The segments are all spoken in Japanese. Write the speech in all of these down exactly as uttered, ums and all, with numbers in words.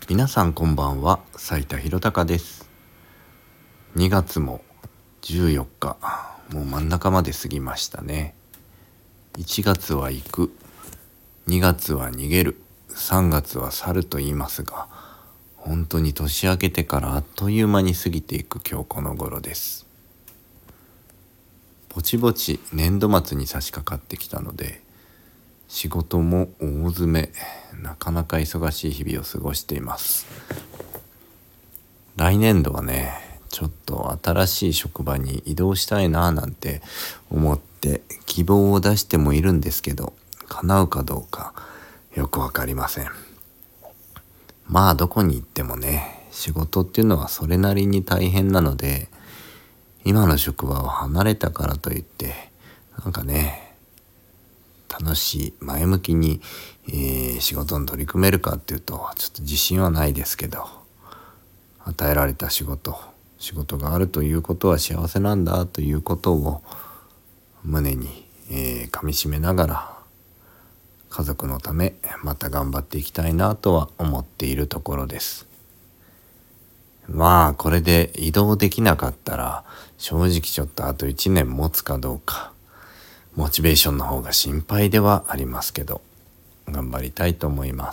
皆さんこんばんは、斉田博隆です。にがつもじゅうよっか、もう真ん中まで過ぎましたね。いちがつは行く、にがつは逃げる、さんがつは去ると言いますが、本当に年明けてからあっという間に過ぎていく今日この頃です。ぼちぼち年度末に差し掛かってきたので、仕事も大詰め、なかなか忙しい日々を過ごしています。来年度はね、ちょっと新しい職場に移動したいななんて思って希望を出してもいるんですけど、叶うかどうかよくわかりません。まあどこに行ってもね、仕事っていうのはそれなりに大変なので、今の職場を離れたからといってなんかね、楽しい前向きに、えー、仕事に取り組めるかっていうとちょっと自信はないですけど、与えられた仕事仕事があるということは幸せなんだということを胸に、えー、噛みしめながら、家族のためまた頑張っていきたいなとは思っているところです。まあこれで移動できなかったら正直ちょっとあといちねん持つかどうか、モチベーションの方が心配ではありますけど、頑張りたいと思います。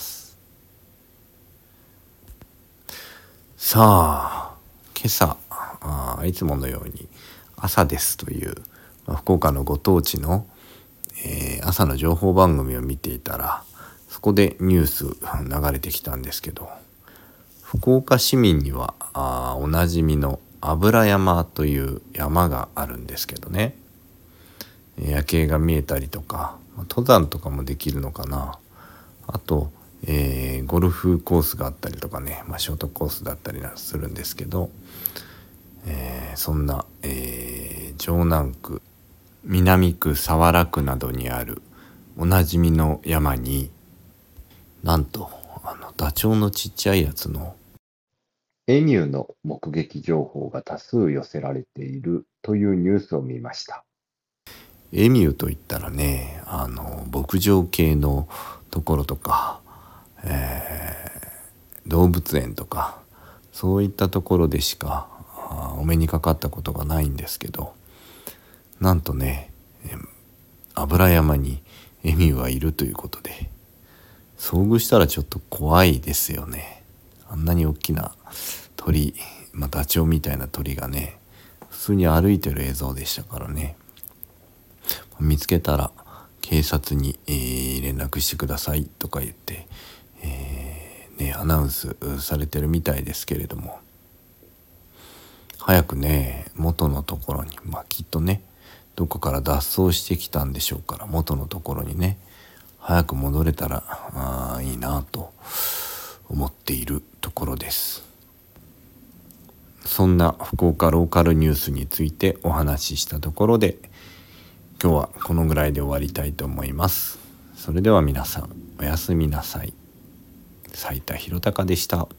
さあ、今朝あいつものように朝ですという、まあ、福岡のご当地の、えー、朝の情報番組を見ていたら、そこでニュース流れてきたんですけど、福岡市民にはあおなじみの油山という山があるんですけどね、夜景が見えたりとか、登山とかもできるのかな、あと、えー、ゴルフコースがあったりとかね、まあ、ショートコースだったりするんですけど、えー、そんな、えー、城南区、南区、早良区などにあるおなじみの山に、なんとあのダチョウのちっちゃいやつのエミューの目撃情報が多数寄せられているというニュースを見ました。エミューといったらね、あの牧場系のところとか、えー、動物園とかそういったところでしかお目にかかったことがないんですけど、なんとね、油山にエミューはいるということで、遭遇したらちょっと怖いですよね。あんなに大きな鳥、まあ、ダチョウみたいな鳥がね、普通に歩いてる映像でしたからね。見つけたら警察に、えー、連絡してくださいとか言って、えーね、アナウンスされてるみたいですけれども、早くね元のところに、まあきっとねどこから脱走してきたんでしょうから、元のところにね早く戻れたらあいいなと思っているところです。そんな福岡ローカルニュースについてお話ししたところで、今日はこのぐらいで終わりたいと思います。それでは皆さんおやすみなさい。斉田博隆でした。